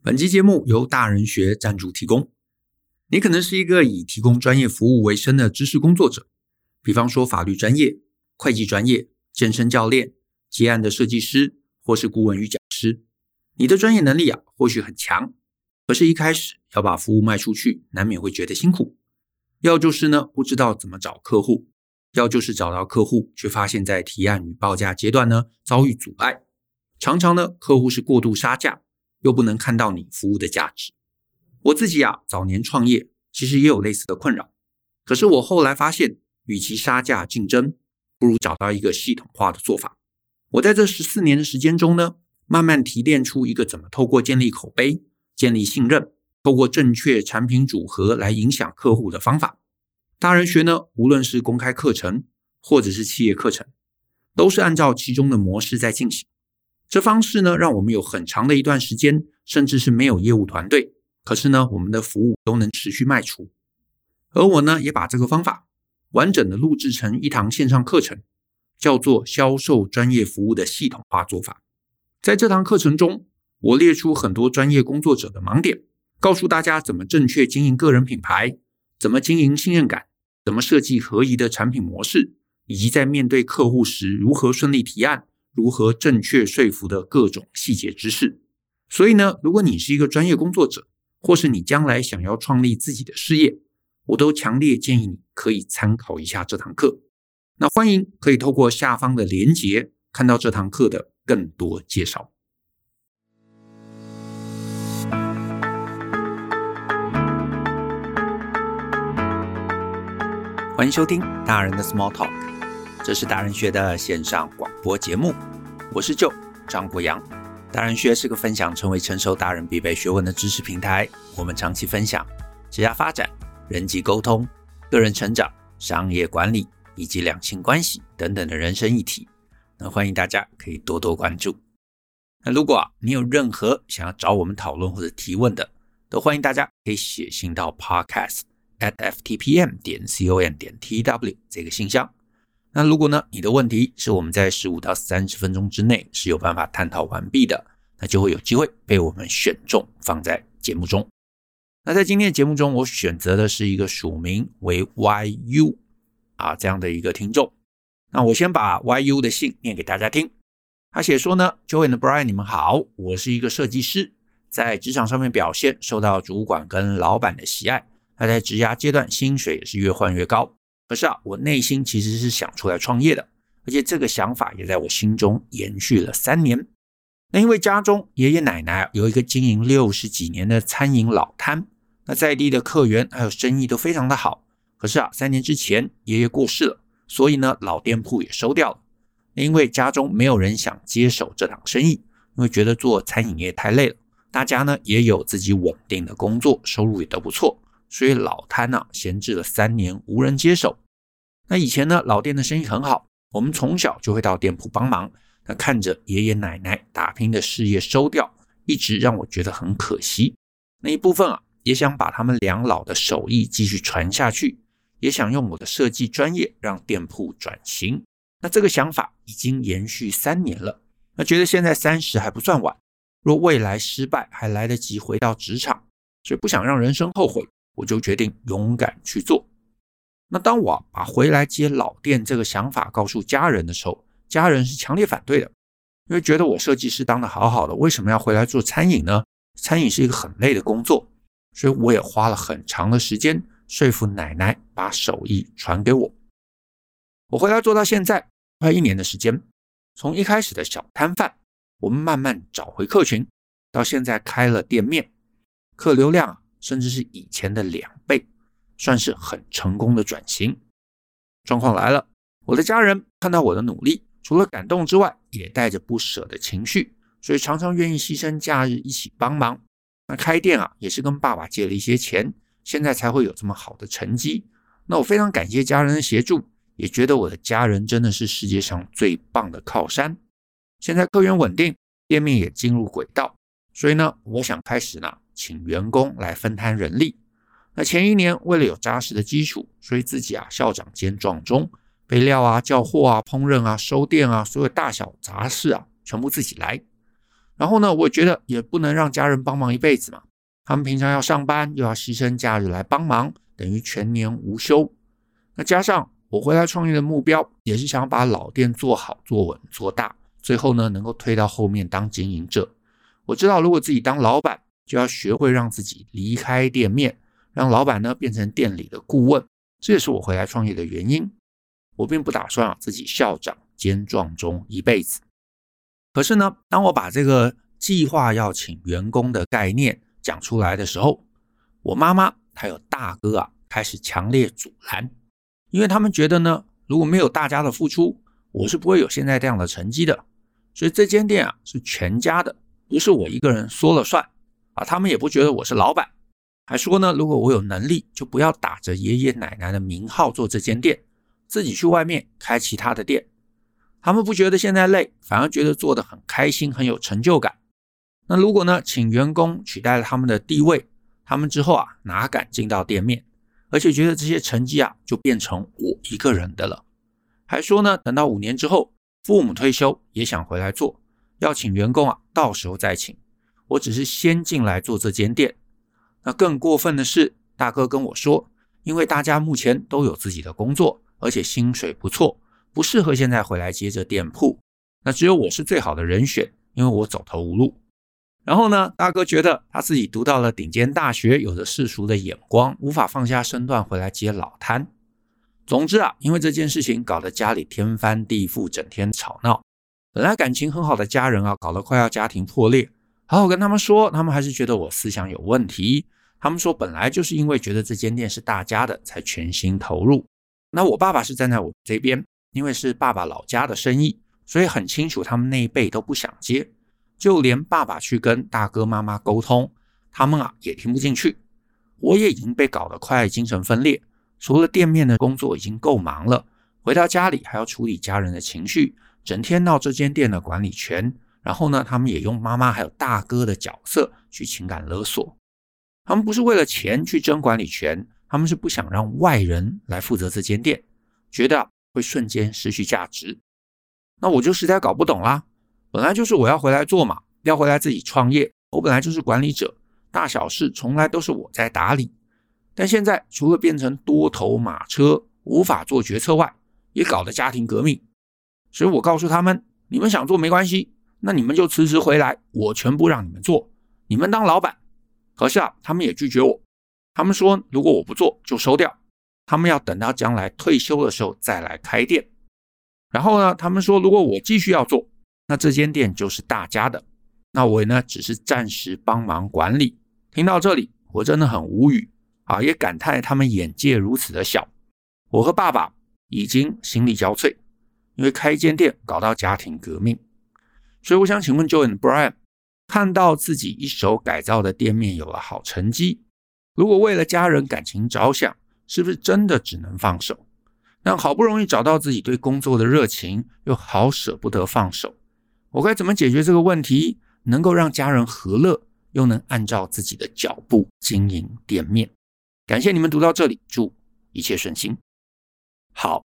本期节目由大人学赞助提供。你可能是一个以提供专业服务为生的知识工作者，比方说法律专业、会计专业、健身教练、接案的设计师，或是顾问与讲师。你的专业能力或许很强，可是一开始要把服务卖出去，难免会觉得辛苦。要就是呢，不知道怎么找客户；要就是找到客户，却发现在提案与报价阶段呢，遭遇阻碍。常常呢，客户是过度杀价，又不能看到你服务的价值。我自己早年创业，其实也有类似的困扰。可是我后来发现，与其杀价竞争，不如找到一个系统化的做法。我在这14年的时间中呢，慢慢提炼出一个怎么透过建立口碑、建立信任，透过正确产品组合来影响客户的方法。大人学呢，无论是公开课程或者是企业课程，都是按照其中的模式在进行。这方式呢，让我们有很长的一段时间，甚至是没有业务团队，可是呢，我们的服务都能持续卖出。而我呢，也把这个方法完整的录制成一堂线上课程，叫做销售专业服务的系统化做法。在这堂课程中，我列出很多专业工作者的盲点，告诉大家怎么正确经营个人品牌，怎么经营信任感，怎么设计合宜的产品模式，以及在面对客户时如何顺利提案，如何正确说服的各种细节知识。所以呢，如果你是一个专业工作者，或是你将来想要创立自己的事业，我都强烈建议你可以参考一下这堂课。那欢迎可以透过下方的连结看到这堂课的更多介绍。欢迎收听大人的 Small Talk， 这是大人学的线上广播节目，我是Joe张国阳。大人学是个分享成为成熟大人必备学问的知识平台，我们长期分享职业发展、人际沟通、个人成长、商业管理以及两性关系等等的人生议题。那欢迎大家可以多多关注。那如果你有任何想要找我们讨论或者提问的，都欢迎大家可以写信到 podcast@ftpm.com.tw 这个信箱。那如果呢，你的问题是我们在15到30分钟之内是有办法探讨完毕的，那就会有机会被我们选中放在节目中。那在今天的节目中，我选择的是一个署名为 YU 这样的一个听众。那我先把 YU 的信念给大家听。他写说呢 Joe and Brian 你们好，我是一个设计师，在职场上面表现受到主管跟老板的喜爱，他在职涯阶段薪水也是越换越高。可是我内心其实是想出来创业的，而且这个想法也在我心中延续了3年。那因为家中爷爷奶奶有一个经营60几年的餐饮老摊，那在地的客源还有生意都非常的好。可是3年之前爷爷过世了，所以呢老店铺也收掉了。因为家中没有人想接手这档生意，因为觉得做餐饮业太累了，大家呢也有自己稳定的工作，收入也都不错，所以老摊闲置了3年无人接手。那以前呢老店的生意很好，我们从小就会到店铺帮忙，那看着爷爷奶奶打拼的事业收掉，一直让我觉得很可惜。那一部分也想把他们两老的手艺继续传下去，也想用我的设计专业让店铺转型。那这个想法已经延续3年了，那觉得现在30还不算晚，若未来失败还来得及回到职场，所以不想让人生后悔，我就决定勇敢去做。那当我把回来接老店这个想法告诉家人的时候，家人是强烈反对的，因为觉得我设计师当得好好的，为什么要回来做餐饮呢？餐饮是一个很累的工作，所以我也花了很长的时间说服奶奶把手艺传给我。我回来做到现在快1年的时间，从一开始的小摊贩，我们慢慢找回客群，到现在开了店面，客流量甚至是以前的2倍，算是很成功的转型。状况来了，我的家人看到我的努力，除了感动之外，也带着不舍的情绪，所以常常愿意牺牲假日一起帮忙。那开店也是跟爸爸借了一些钱，现在才会有这么好的成绩。那我非常感谢家人的协助，也觉得我的家人真的是世界上最棒的靠山。现在客源稳定，店面也进入轨道，所以呢，我想开始请员工来分摊人力。那前1年为了有扎实的基础，所以自己校长兼撞钟，备料叫货烹饪收店所有大小杂事全部自己来。 然后呢，我觉得也不能让家人帮忙一辈子嘛，他们平常要上班，又要牺牲假日来帮忙，等于全年无休。那加上我回来创业的目标，也是想把老店做好、做稳、做大，最后呢，能够推到后面当经营者。我知道如果自己当老板，就要学会让自己离开店面，让老板呢变成店里的顾问，这也是我回来创业的原因。我并不打算自己校长兼撞钟一辈子。可是呢，当我把这个计划要请员工的概念讲出来的时候，我妈妈还有大哥开始强烈阻拦，因为他们觉得呢，如果没有大家的付出，我是不会有现在这样的成绩的。所以这间店是全家的，不是我一个人说了算他们也不觉得我是老板，还说呢，如果我有能力，就不要打着爷爷奶奶的名号做这间店，自己去外面开其他的店。他们不觉得现在累，反而觉得做得很开心，很有成就感。那如果呢，请员工取代了他们的地位，他们之后哪敢进到店面，而且觉得这些成绩就变成我一个人的了。还说呢，等到5年之后，父母退休也想回来做，要请员工到时候再请，我只是先进来做这间店。那更过分的是，大哥跟我说，因为大家目前都有自己的工作，而且薪水不错，不适合现在回来接着店铺，那只有我是最好的人选，因为我走投无路。然后呢，大哥觉得他自己读到了顶尖大学，有着世俗的眼光，无法放下身段回来接老摊。总之因为这件事情搞得家里天翻地覆，整天吵闹，本来感情很好的家人搞得快要家庭破裂。好好跟他们说，他们还是觉得我思想有问题。他们说本来就是因为觉得这间店是大家的，才全心投入。那我爸爸是站在我这边，因为是爸爸老家的生意，所以很清楚他们那一辈都不想接，就连爸爸去跟大哥妈妈沟通，他们也听不进去。我也已经被搞得快精神分裂，除了店面的工作已经够忙了，回到家里还要处理家人的情绪，整天闹这间店的管理权。然后呢，他们也用妈妈还有大哥的角色去情感勒索。他们不是为了钱去争管理权，他们是不想让外人来负责这间店，觉得会瞬间失去价值。那我就实在搞不懂啦，本来就是我要回来做嘛，要回来自己创业，我本来就是管理者，大小事从来都是我在打理。但现在除了变成多头马车，无法做决策外，也搞得家庭革命。所以我告诉他们，你们想做没关系，那你们就辞职回来，我全部让你们做，你们当老板。可是他们也拒绝我，他们说如果我不做就收掉，他们要等到将来退休的时候再来开店。然后呢，他们说如果我继续要做，那这间店就是大家的，那我呢只是暂时帮忙管理。听到这里我真的很无语也感叹他们眼界如此的小。我和爸爸已经心力交瘁，因为开一间店搞到家庭革命。所以我想请问 Joe and Brian， 看到自己一手改造的店面有了好成绩，如果为了家人感情着想，是不是真的只能放手？但好不容易找到自己对工作的热情，又好舍不得放手，我该怎么解决这个问题，能够让家人和乐，又能按照自己的脚步经营店面？感谢你们读到这里，祝一切顺心。好，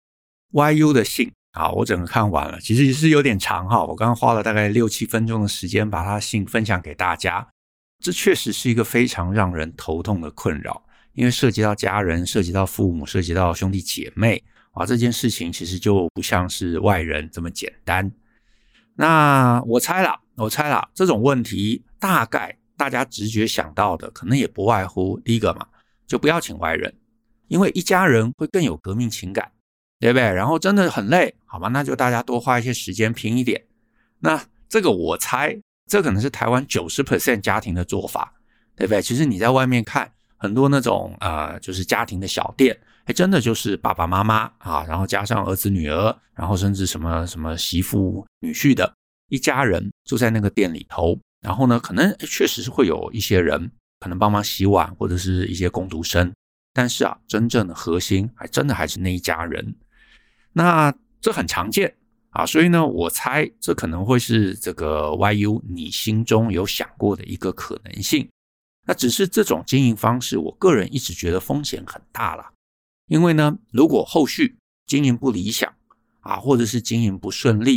YU 的信我整个看完了，其实是有点长我刚刚花了大概6-7分钟的时间把他的信分享给大家。这确实是一个非常让人头痛的困扰，因为涉及到家人，涉及到父母，涉及到兄弟姐妹这件事情其实就不像是外人这么简单。那我猜啦，这种问题大概大家直觉想到的可能也不外乎第一个嘛，就不要请外人，因为一家人会更有革命情感，对不对？然后真的很累，好吧，那就大家多花一些时间拼一点。那这个我猜这可能是台湾 90% 家庭的做法，对不对？其实你在外面看很多那种就是家庭的小店，真的就是爸爸妈妈然后加上儿子女儿，然后甚至什么媳妇女婿的一家人住在那个店里头。然后呢，可能确实是会有一些人可能帮忙洗碗，或者是一些工读生，但是真正的核心真的还是那一家人。那这很常见所以呢，我猜这可能会是这个 YU 你心中有想过的一个可能性。那只是这种经营方式，我个人一直觉得风险很大啦。因为呢，如果后续经营不理想或者是经营不顺利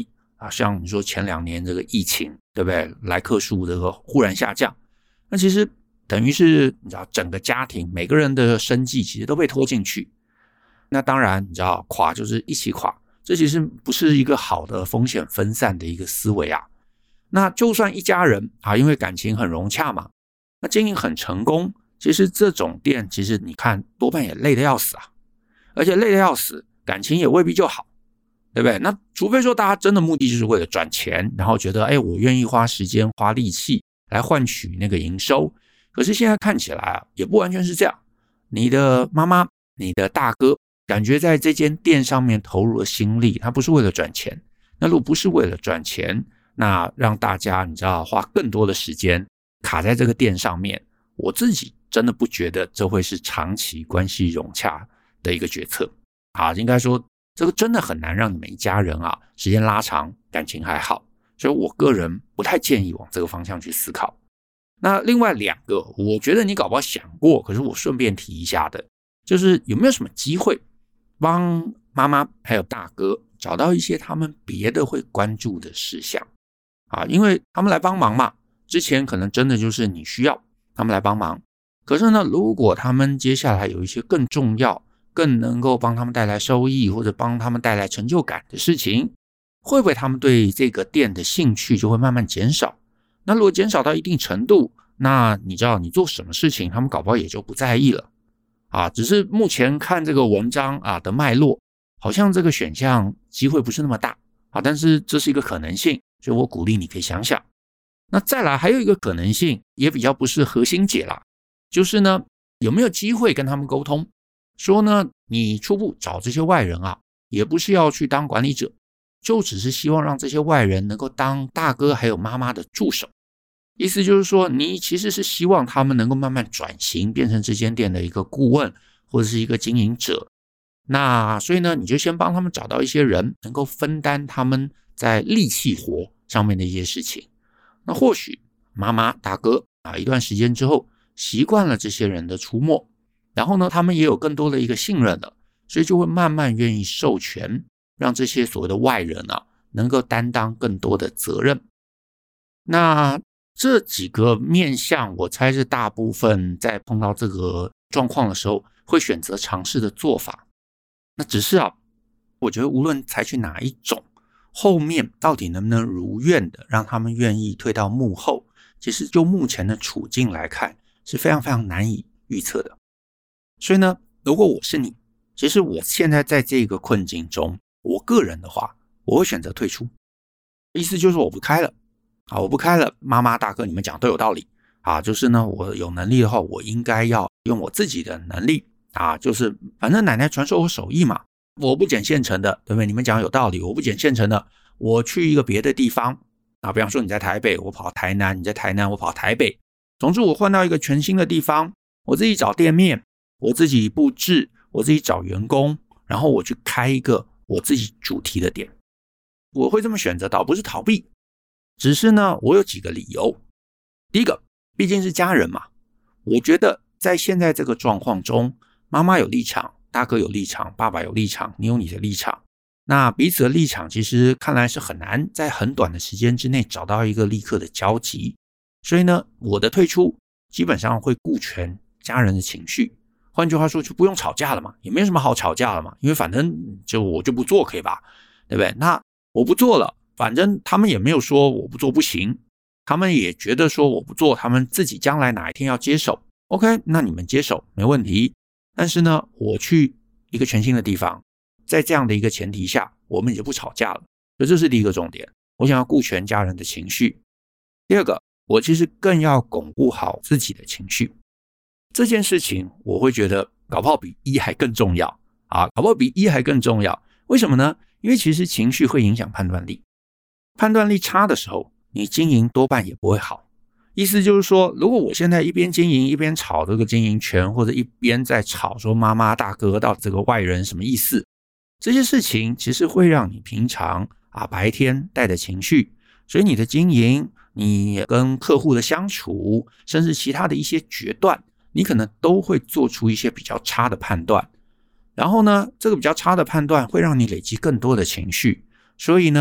像你说前2年这个疫情，对不对？来客数这个忽然下降，那其实等于是你知道整个家庭每个人的生计其实都被拖进去。那当然你知道垮就是一起垮，这其实不是一个好的风险分散的一个思维啊。那就算一家人因为感情很融洽嘛，那经营很成功，其实这种店其实你看多半也累得要死啊，而且累得要死，感情也未必就好，对不对？那除非说大家真的目的就是为了赚钱，然后觉得我愿意花时间花力气来换取那个营收。可是现在看起来也不完全是这样，你的妈妈你的大哥感觉在这间店上面投入了心力，他不是为了赚钱。那如果不是为了赚钱，那让大家你知道花更多的时间卡在这个店上面，我自己真的不觉得这会是长期关系融洽的一个决策。应该说这个真的很难让你们一家人时间拉长感情还好，所以我个人不太建议往这个方向去思考。那另外2个我觉得你搞不好想过，可是我顺便提一下的，就是有没有什么机会帮妈妈还有大哥找到一些他们别的会关注的事项因为他们来帮忙嘛，之前可能真的就是你需要他们来帮忙，可是呢如果他们接下来有一些更重要更能够帮他们带来收益或者帮他们带来成就感的事情，会不会他们对这个店的兴趣就会慢慢减少？那如果减少到一定程度，那你知道你做什么事情他们搞不好也就不在意了只是目前看这个文章的脉络，好像这个选项机会不是那么大但是这是一个可能性，所以我鼓励你可以想想。那再来还有一个可能性，也比较不是核心解啦，就是呢有没有机会跟他们沟通，说呢你初步找这些外人也不是要去当管理者，就只是希望让这些外人能够当大哥还有妈妈的助手。意思就是说你其实是希望他们能够慢慢转型变成这间店的一个顾问或者是一个经营者。那所以呢你就先帮他们找到一些人能够分担他们在力气活上面的一些事情。那或许妈妈大哥一段时间之后习惯了这些人的出没，然后呢他们也有更多的一个信任了，所以就会慢慢愿意授权让这些所谓的外人能够担当更多的责任。那这几个面向我猜是大部分在碰到这个状况的时候会选择尝试的做法。那只是我觉得无论采取哪一种，后面到底能不能如愿的让他们愿意退到幕后，其实就目前的处境来看是非常非常难以预测的。所以呢如果我是你，其实我现在在这个困境中，我个人的话我会选择退出。意思就是我不开了我不开了，妈妈大哥你们讲都有道理就是呢我有能力的话我应该要用我自己的能力就是反正奶奶传授我手艺嘛，我不捡现成的，对不对？你们讲有道理，我不捡现成的，我去一个别的地方比方说你在台北我跑台南，你在台南我跑台北，总之我换到一个全新的地方，我自己找店面，我自己布置，我自己找员工，然后我去开一个我自己主题的店。我会这么选择倒不是逃避，只是呢我有几个理由。第一个，毕竟是家人嘛，我觉得在现在这个状况中，妈妈有立场，大哥有立场，爸爸有立场，你有你的立场，那彼此的立场其实看来是很难在很短的时间之内找到一个立刻的交集。所以呢我的退出基本上会顾全家人的情绪，换句话说就不用吵架了嘛，也没什么好吵架了嘛，因为反正我就不做可以吧，对不对？那我不做了，反正他们也没有说我不做不行，他们也觉得说我不做他们自己将来哪一天要接手， OK 那你们接手没问题。但是呢我去一个全新的地方，在这样的一个前提下我们也不吵架了，所以这是第一个重点，我想要顾全家人的情绪。第二个，我其实更要巩固好自己的情绪，这件事情我会觉得搞不好比一还更重要搞不好比一还更重要。为什么呢？因为其实情绪会影响判断力，判断力差的时候你经营多半也不会好。意思就是说如果我现在一边经营一边吵这个经营权，或者一边在吵说妈妈大哥到这个外人什么意思，这些事情其实会让你平常白天带的情绪，所以你的经营，你跟客户的相处，甚至其他的一些决断，你可能都会做出一些比较差的判断。然后呢这个比较差的判断会让你累积更多的情绪，所以呢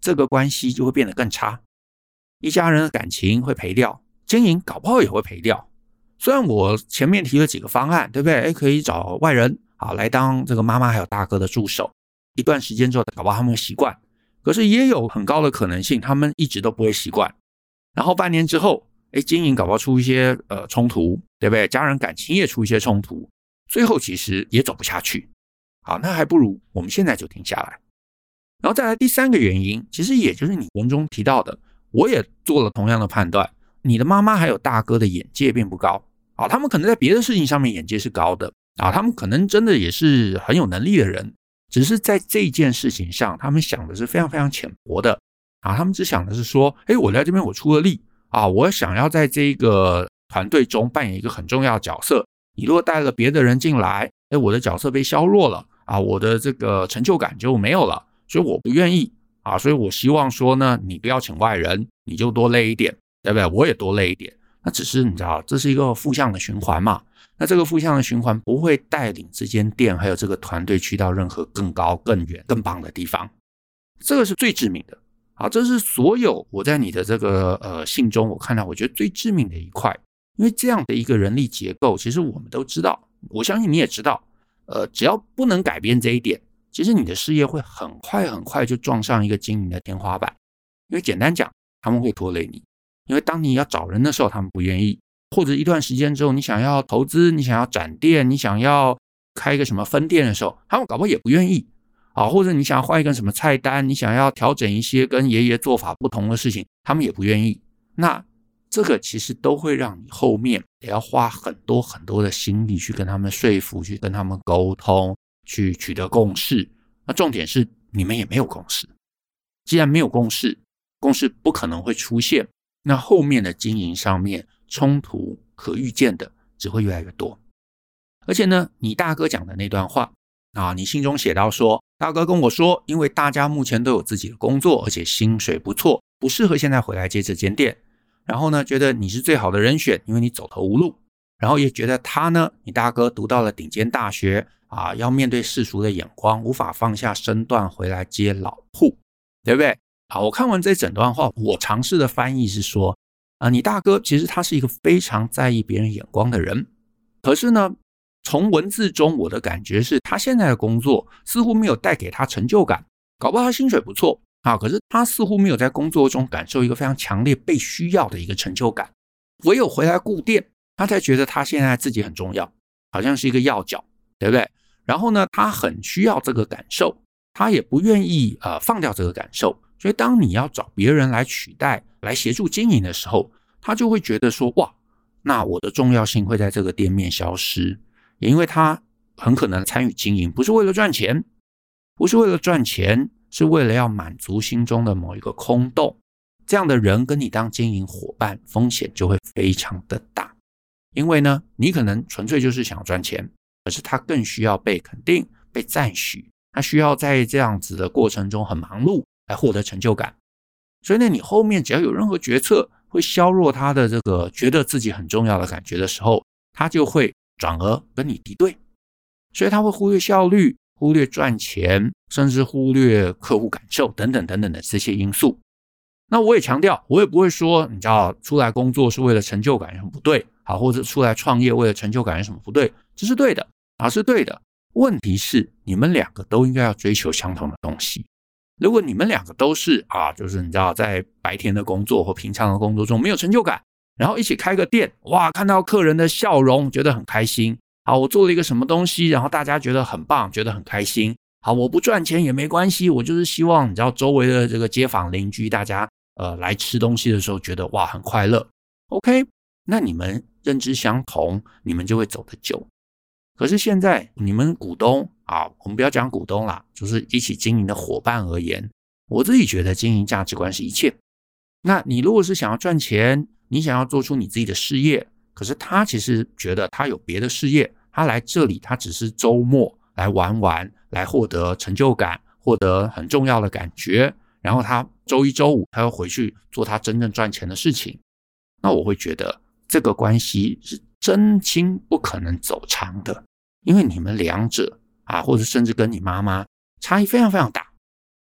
这个关系就会变得更差，一家人的感情会赔掉，经营搞不好也会赔掉。虽然我前面提了几个方案，对不对？可以找外人来当这个妈妈还有大哥的助手，一段时间之后搞不好他们会习惯，可是也有很高的可能性他们一直都不会习惯，然后半年之后经营搞不好出一些冲突，对不对？家人感情也出一些冲突，最后其实也走不下去。好，那还不如我们现在就停下来。然后再来第三个原因，其实也就是你文中提到的，我也做了同样的判断，你的妈妈还有大哥的眼界并不高，他们可能在别的事情上面眼界是高的，他们可能真的也是很有能力的人，只是在这件事情上他们想的是非常非常浅薄的，他们只想的是说，我来这边我出了力，我想要在这个团队中扮演一个很重要的角色，你如果带了别的人进来，我的角色被削弱了，我的这个成就感就没有了，所以我不愿意，所以我希望说呢，你不要请外人，你就多累一点，对不对？我也多累一点。那只是你知道，这是一个负向的循环嘛，那这个负向的循环不会带领这间店还有这个团队去到任何更高更远更棒的地方，这个是最致命的。这是所有我在你的这个信中我看到我觉得最致命的一块。因为这样的一个人力结构其实我们都知道，我相信你也知道，只要不能改变这一点，其实你的事业会很快很快就撞上一个经营的天花板。因为简单讲，他们会拖累你，因为当你要找人的时候他们不愿意，或者一段时间之后你想要投资，你想要展店，你想要开一个什么分店的时候，他们搞不好也不愿意，或者你想要换一个什么菜单，你想要调整一些跟爷爷做法不同的事情，他们也不愿意。那这个其实都会让你后面也要花很多很多的心力去跟他们说服，去跟他们沟通，去取得共识。那重点是你们也没有共识，既然没有共识，共识不可能会出现，那后面的经营上面冲突可预见的只会越来越多。而且呢，你大哥讲的那段话你信中写到说，大哥跟我说，因为大家目前都有自己的工作，而且薪水不错，不适合现在回来接这间店，然后呢觉得你是最好的人选，因为你走投无路，然后也觉得他呢，你大哥读到了顶尖大学要面对世俗的眼光，无法放下身段回来接老铺，对不对？我看完这整段话，我尝试的翻译是说你大哥其实他是一个非常在意别人眼光的人，可是呢从文字中我的感觉是他现在的工作似乎没有带给他成就感，搞不好他薪水不错可是他似乎没有在工作中感受一个非常强烈被需要的一个成就感，唯有回来顾店，他才觉得他现在自己很重要，好像是一个要角，对不对？然后呢他很需要这个感受，他也不愿意放掉这个感受，所以当你要找别人来取代来协助经营的时候，他就会觉得说，哇，那我的重要性会在这个店面消失。也因为他很可能参与经营不是为了赚钱，不是为了赚钱，是为了要满足心中的某一个空洞，这样的人跟你当经营伙伴风险就会非常的大。因为呢你可能纯粹就是想赚钱，可是他更需要被肯定被赞许，他需要在这样子的过程中很忙碌来获得成就感。所以呢你后面只要有任何决策会削弱他的这个觉得自己很重要的感觉的时候，他就会转而跟你敌对，所以他会忽略效率，忽略赚钱，甚至忽略客户感受等等等等的这些因素。那我也强调，我也不会说你知道出来工作是为了成就感有什么不对，或者出来创业为了成就感有什么不对，这是对的是对的。问题是你们两个都应该要追求相同的东西。如果你们两个都是就是你知道在白天的工作或平常的工作中没有成就感，然后一起开个店，哇，看到客人的笑容觉得很开心，我做了一个什么东西，然后大家觉得很棒，觉得很开心，我不赚钱也没关系，我就是希望你知道周围的这个街坊邻居大家来吃东西的时候觉得哇很快乐。 OK， 那你们认知相同，你们就会走得久。可是现在你们股东我们不要讲股东啦，就是一起经营的伙伴而言，我自己觉得经营价值观是一切。那你如果是想要赚钱，你想要做出你自己的事业，可是他其实觉得他有别的事业，他来这里他只是周末来玩玩，来获得成就感，获得很重要的感觉，然后他周一周五他要回去做他真正赚钱的事情，那我会觉得这个关系是真心不可能走长的。因为你们两者或者甚至跟你妈妈差异非常非常大。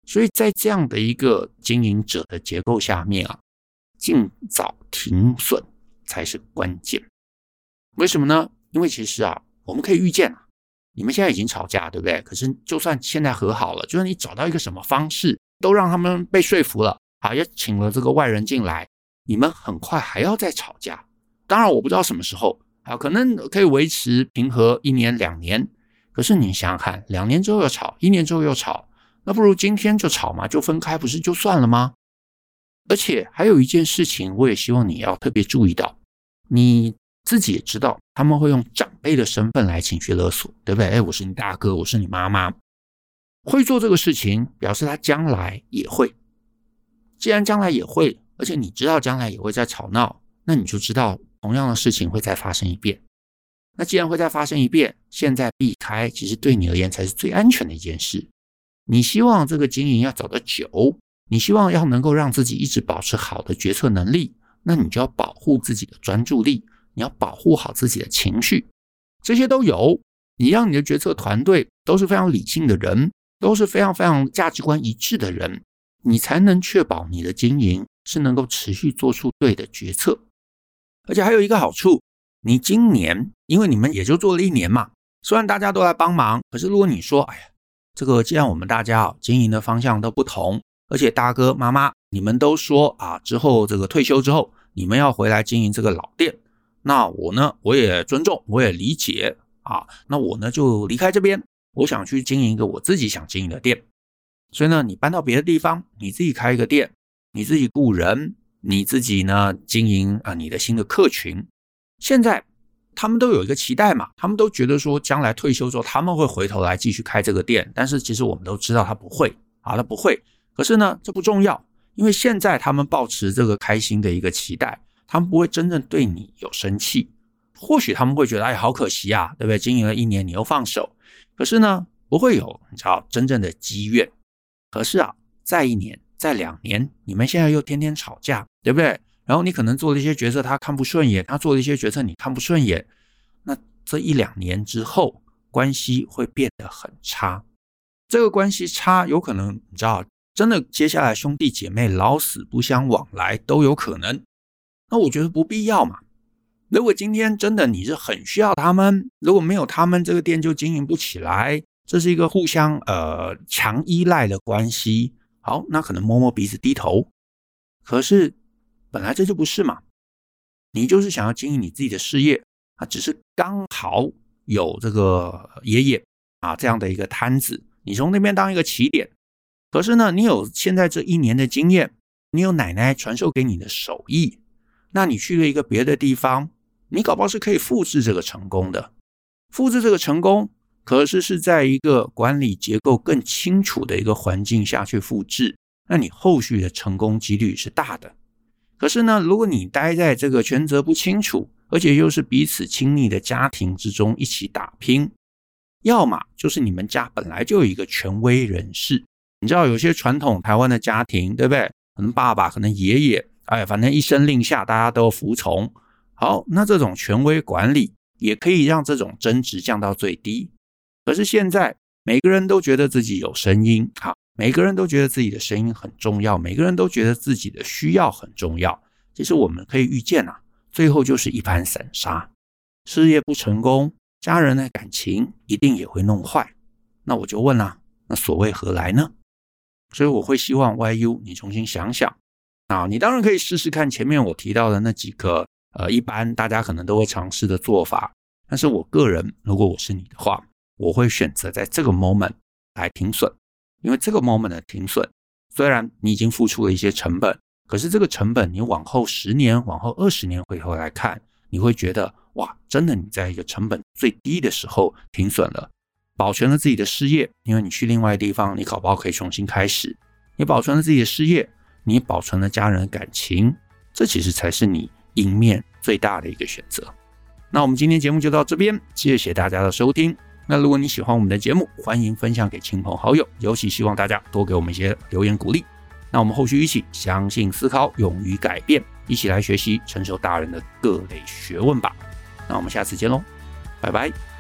所以在这样的一个经营者的结构下面啊，尽早停损才是关键。为什么呢？因为其实啊，我们可以预见啊，你们现在已经吵架，对不对？可是就算现在和好了，就算你找到一个什么方式，都让他们被说服了，也请了这个外人进来，你们很快还要再吵架。当然我不知道什么时候，可能可以维持平和1年2年，可是你想想看，2年之后又吵，1年之后又吵，那不如今天就吵嘛，就分开不是就算了吗？而且还有一件事情，我也希望你要特别注意到，你自己也知道他们会用长辈的身份来情绪勒索，对不对？我是你大哥，我是你妈妈，会做这个事情表示他将来也会。既然将来也会，而且你知道将来也会再吵闹，那你就知道同样的事情会再发生一遍。那既然会再发生一遍，现在避开其实对你而言才是最安全的一件事。你希望这个经营要走得久，你希望要能够让自己一直保持好的决策能力，那你就要保护自己的专注力，你要保护好自己的情绪，这些都有。你让你的决策团队都是非常理性的人，都是非常非常价值观一致的人，你才能确保你的经营是能够持续做出对的决策。而且还有一个好处，你今年因为你们也就做了1年嘛，虽然大家都来帮忙，可是如果你说这个既然我们大家经营的方向都不同，而且大哥妈妈你们都说之后这个退休之后你们要回来经营这个老店，那我呢我也尊重，我也理解那我呢就离开这边，我想去经营一个我自己想经营的店。所以呢你搬到别的地方，你自己开一个店，你自己雇人，你自己呢经营你的新的客群。现在他们都有一个期待嘛，他们都觉得说将来退休之后他们会回头来继续开这个店，但是其实我们都知道他不会他不会。可是呢这不重要，因为现在他们抱持这个开心的一个期待，他们不会真正对你有生气。或许他们会觉得好可惜对不对？经营了1年你又放手，可是呢不会有你知道真正的积怨。可是再1年再2年，你们现在又天天吵架，对不对？然后你可能做了一些决策他看不顺眼，他做了一些决策你看不顺眼，那这1-2年之后关系会变得很差。这个关系差有可能你知道真的接下来兄弟姐妹老死不相往来都有可能。那我觉得不必要嘛。如果今天真的你是很需要他们，如果没有他们这个店就经营不起来，这是一个互相强依赖的关系，好，那可能摸摸鼻子低头。可是本来这就不是嘛，你就是想要经营你自己的事业只是刚好有这个爷爷这样的一个摊子，你从那边当一个起点。可是呢你有现在这1年的经验，你有奶奶传授给你的手艺，那你去了一个别的地方，你搞不好是可以复制这个成功的。复制这个成功可是在一个管理结构更清楚的一个环境下去复制，那你后续的成功几率是大的。可是呢如果你待在这个权责不清楚，而且又是彼此亲密的家庭之中一起打拼，要么就是你们家本来就有一个权威人士。你知道有些传统台湾的家庭，对不对？可能爸爸可能爷爷反正一声令下大家都服从。好，那这种权威管理也可以让这种争执降到最低。可是现在每个人都觉得自己有声音，每个人都觉得自己的声音很重要，每个人都觉得自己的需要很重要。其实我们可以预见最后就是一盘散沙，事业不成功，家人的感情一定也会弄坏。那我就问那所谓何来呢？所以我会希望 YU 你重新想想你当然可以试试看前面我提到的那几个一般大家可能都会尝试的做法，但是我个人如果我是你的话，我会选择在这个 moment 来停损。因为这个 moment 的停损，虽然你已经付出了一些成本，可是这个成本你往后10年往后20年回头来看，你会觉得哇，真的你在一个成本最低的时候停损了，保全了自己的事业，因为你去另外的地方你搞不好可以重新开始，你保存了自己的事业，你保存了家人的感情，这其实才是你赢面最大的一个选择。那我们今天节目就到这边，谢谢大家的收听。那如果你喜欢我们的节目，欢迎分享给亲朋好友，尤其希望大家多给我们一些留言鼓励。那我们后续一起相信思考，勇于改变，一起来学习成熟大人的各类学问吧。那我们下次见咯，拜拜。